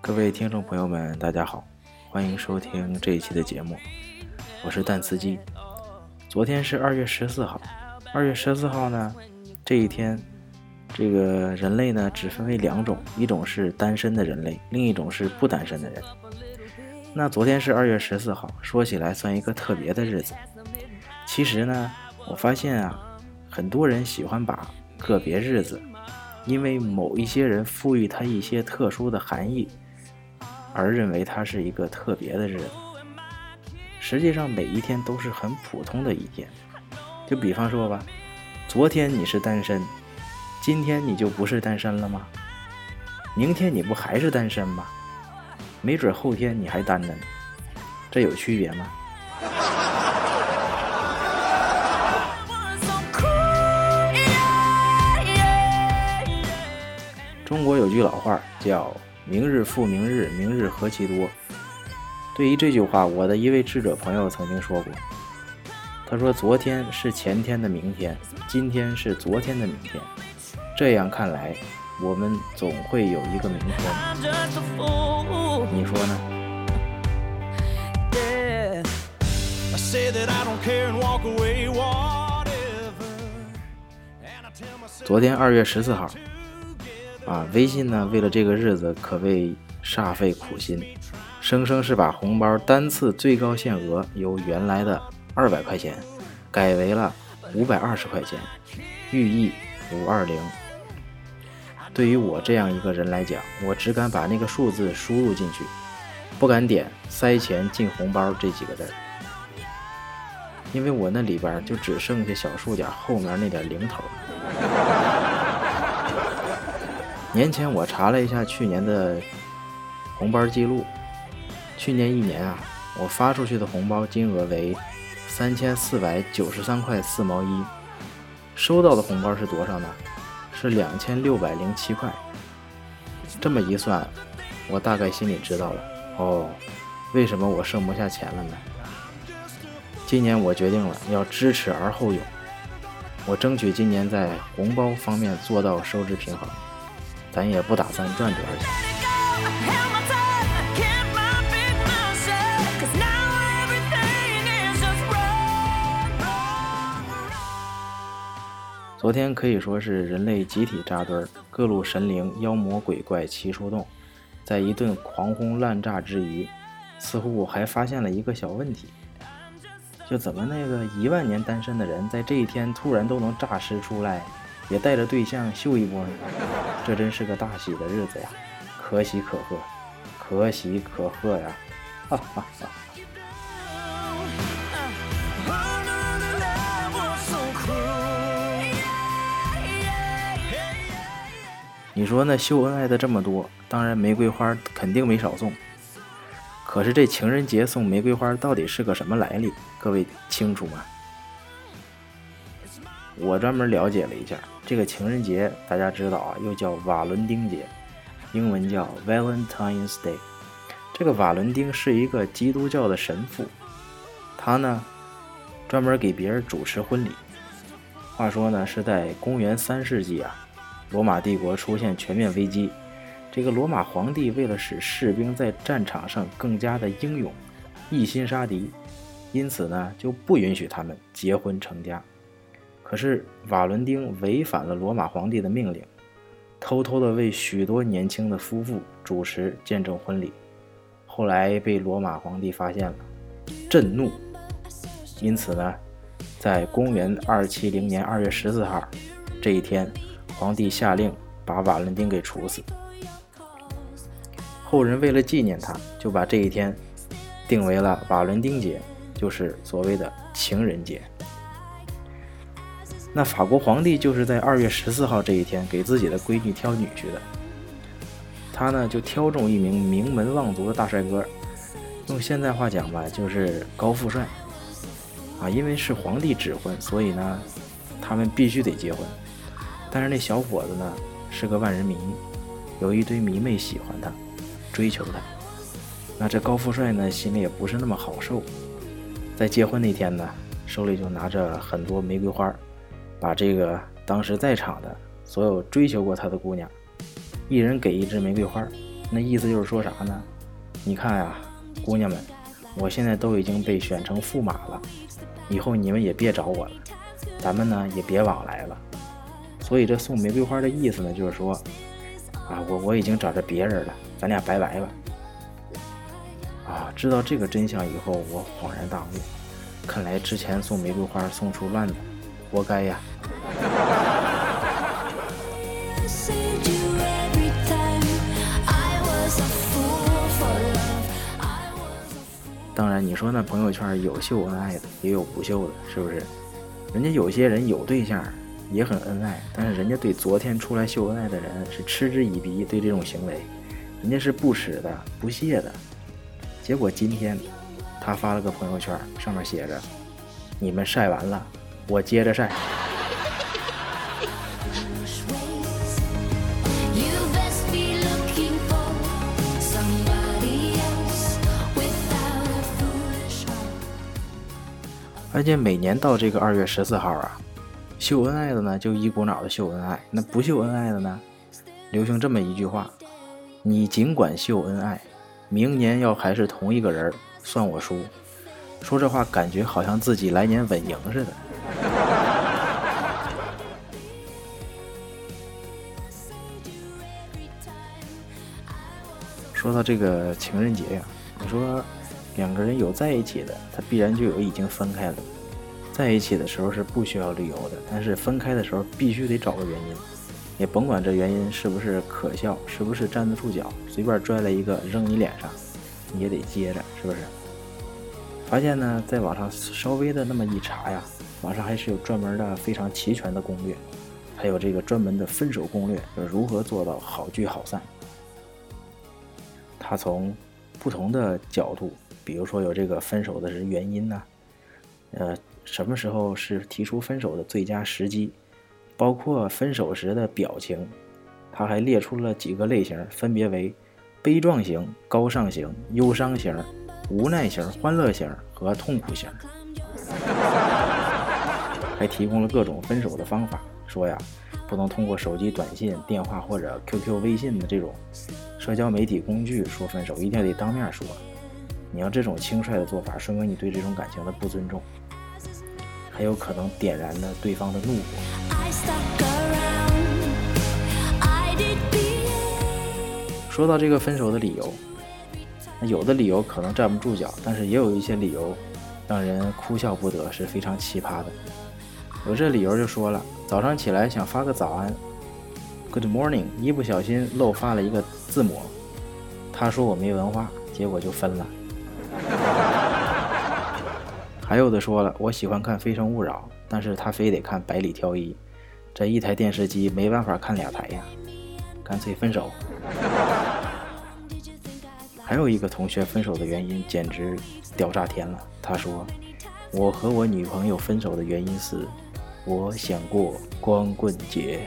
各位听众朋友们大家好，欢迎收听这一期的节目，我是蛋司机。昨天是2月14号，2月14号呢，这一天这个人类呢只分为两种，一种是单身的人类，另一种是不单身的人。那昨天是2月14号，说起来算一个特别的日子。其实呢，我发现啊，很多人喜欢把个别日子因为某一些人赋予它一些特殊的含义而认为它是一个特别的日子。实际上每一天都是很普通的一天。就比方说吧，昨天你是单身，今天你就不是单身了吗？明天你不还是单身吗？没准后天你还单着呢，这有区别吗？中国有句老话叫明日复明日，明日何其多。对于这句话，我的一位智者朋友曾经说过，他说昨天是前天的明天，今天是昨天的明天，这样看来我们总会有一个明天。你说呢？昨天2月14号微信呢为了这个日子可谓煞费苦心，生生是把红包单次最高限额由原来的200块钱改为了520块钱，寓意520。对于我这样一个人来讲，我只敢把那个数字输入进去，不敢点塞钱进红包这几个字，因为我那里边就只剩下小数点后面那点零头。年前我查了一下去年的红包记录，去年1年我发出去的红包金额为3493块4毛1，收到的红包是多少呢？是2607块。这么一算，我大概心里知道了，为什么我剩不下钱了呢？今年我决定了要知耻而后勇，我争取今年在红包方面做到收支平衡，咱也不打算赚多少钱。昨天可以说是人类集体扎堆，各路神灵妖魔鬼怪齐出动，在一顿狂轰滥炸之余，似乎还发现了一个小问题，就怎么那个1万年单身的人在这一天突然都能诈尸出来，也带着对象秀一波呢？这真是个大喜的日子呀，可喜可贺，可喜可贺呀！哈哈哈。你说那秀恩爱的这么多，当然玫瑰花肯定没少送。可是这情人节送玫瑰花到底是个什么来历？各位清楚吗？我专门了解了一下，这个情人节大家知道又叫瓦伦丁节，英文叫 Valentine's Day。 这个瓦伦丁是一个基督教的神父，他呢专门给别人主持婚礼。话说呢是在公元3世纪罗马帝国出现全面危机，这个罗马皇帝为了使士兵在战场上更加的英勇，一心杀敌，因此呢就不允许他们结婚成家。可是瓦伦丁违反了罗马皇帝的命令，偷偷的为许多年轻的夫妇主持见证婚礼，后来被罗马皇帝发现了，震怒，因此呢在公元270年2月14号这一天，皇帝下令把瓦伦丁给处死。后人为了纪念他，就把这一天定为了瓦伦丁节，就是所谓的情人节。那法国皇帝就是在2月14号这一天给自己的闺女挑女婿的，他呢就挑中一名名门望族的大帅哥，用现在话讲吧，就是高富帅因为是皇帝指婚，所以呢他们必须得结婚。但是那小伙子呢是个万人迷，有一堆迷妹喜欢他，追求他。那这高富帅呢心里也不是那么好受，在结婚那天呢手里就拿着很多玫瑰花，把这个当时在场的所有追求过他的姑娘一人给一支玫瑰花， 那意思就是说啥呢？你看呀，姑娘们，我现在都已经被选成驸马了，以后你们也别找我了，咱们呢也别往来了。所以这送玫瑰花的意思呢，就是说啊，我已经找着别人了，咱俩拜拜吧。啊，知道这个真相以后，我恍然大悟，看来之前送玫瑰花送出乱子，活该呀。当然你说那朋友圈有秀恩爱的，也有不秀的，是不是？人家有些人有对象也很恩爱，但是人家对昨天出来秀恩爱的人是嗤之以鼻，对这种行为人家是不耻的不屑的。结果今天他发了个朋友圈，上面写着你们晒完了我接着晒。而且每年到这个2月14号啊，秀恩爱的呢就一股脑的秀恩爱，那不秀恩爱的呢，流行这么一句话：你尽管秀恩爱，明年要还是同一个人，算我输。说这话感觉好像自己来年稳赢似的。说到这个情人节呀，你说两个人有在一起的，他必然就有已经分开了。在一起的时候是不需要理由的，但是分开的时候必须得找个原因，也甭管这原因是不是可笑，是不是站得住脚，随便拽来一个扔你脸上，你也得接着，是不是？发现呢，在网上稍微的那么一查呀，网上还是有专门的非常齐全的攻略，还有这个专门的分手攻略，就是如何做到好聚好散。他从不同的角度，比如说有这个分手的是原因呢，什么时候是提出分手的最佳时机，包括分手时的表情，他还列出了几个类型，分别为悲壮型、高尚型、忧伤型、无奈型、欢乐型和痛苦型。还提供了各种分手的方法，说呀，不能通过手机短信、电话或者 QQ 微信的这种社交媒体工具说分手，一定得当面说。你要这种轻率的做法，说明你对这种感情的不尊重，还有可能点燃了对方的怒火。说到这个分手的理由，有的理由可能站不住脚，但是也有一些理由让人哭笑不得，是非常奇葩的。有这理由就说了，早上起来想发个早安 Good morning， 一不小心漏发了一个字母，他说我没文化，结果就分了。还有的说了，我喜欢看《非诚勿扰》，但是他非得看《百里挑一》，这一台电视机没办法看2台呀，干脆分手。还有一个同学分手的原因简直屌炸天了，他说我和我女朋友分手的原因是我想过光棍节。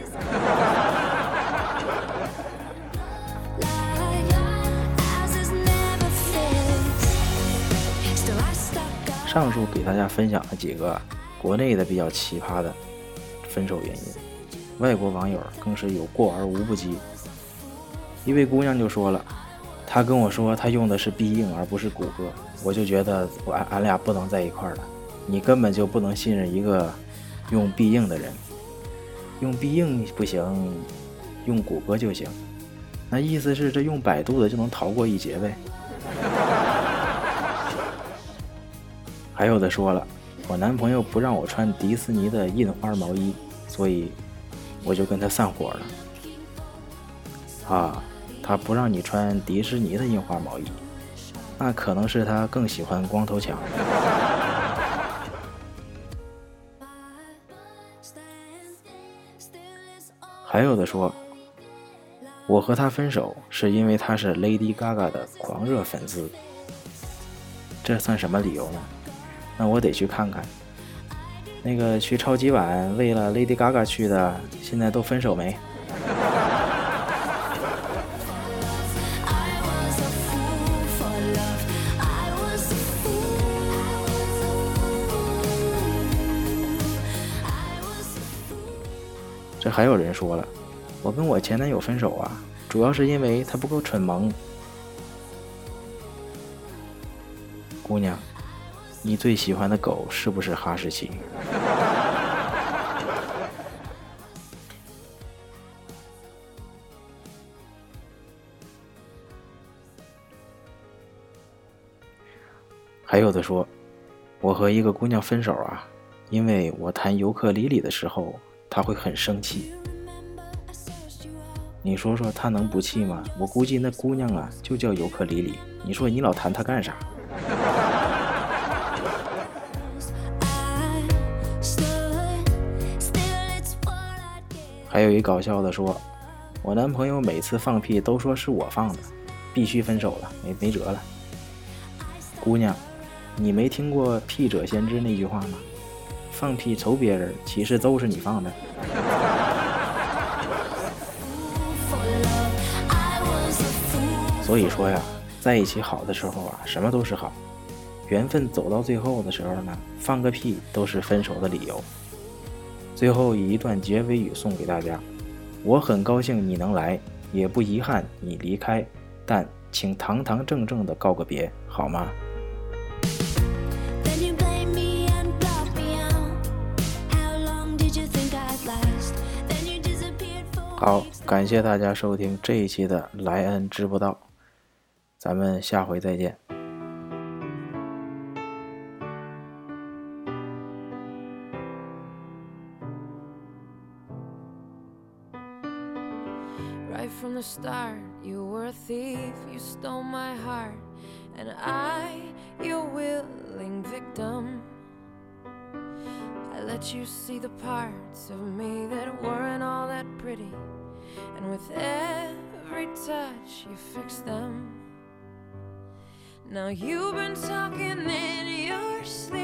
上述给大家分享了几个国内的比较奇葩的分手原因，外国网友更是有过而无不及。一位姑娘就说了，她跟我说她用的是必应而不是谷歌，我就觉得俺俩不能在一块儿了，你根本就不能信任一个用必应的人，用必应不行，用谷歌就行，那意思是这用百度的就能逃过一劫呗。还有的说了，我男朋友不让我穿迪士尼的印花毛衣，所以我就跟他散伙了。啊，他不让你穿迪士尼的印花毛衣，那可能是他更喜欢光头强。还有的说，我和他分手是因为他是 Lady Gaga 的狂热粉丝，这算什么理由呢？那我得去看看，那个去超级碗为了 Lady Gaga 去的，现在都分手没？这还有人说了，我跟我前男友分手啊， 主要是因为他不够蠢萌。姑娘，你最喜欢的狗是不是哈士奇？还有的说，我和一个姑娘分手啊，因为我弹尤克里里的时候，她会很生气。你说说她能不气吗？我估计那姑娘啊就叫尤克里里，你说你老弹她干啥？还有一搞笑的说，我男朋友每次放屁都说是我放的，必须分手了，没辙了。姑娘，你没听过屁者先知那句话吗？放屁瞅别人，其实都是你放的。所以说呀，在一起好的时候啊，什么都是好。缘分走到最后的时候呢，放个屁都是分手的理由。最后以一段结尾语送给大家：我很高兴你能来，也不遗憾你离开，但请堂堂正正的告个别，好吗？好，感谢大家收听这一期的莱恩知不道，咱们下回再见。 Right from the start, you were a thief, you stole my heart, and I, your willing victim. I let you see the parts of me that weren't all that pretty, and with every touch you fixed them. Now you've been talking in your sleep.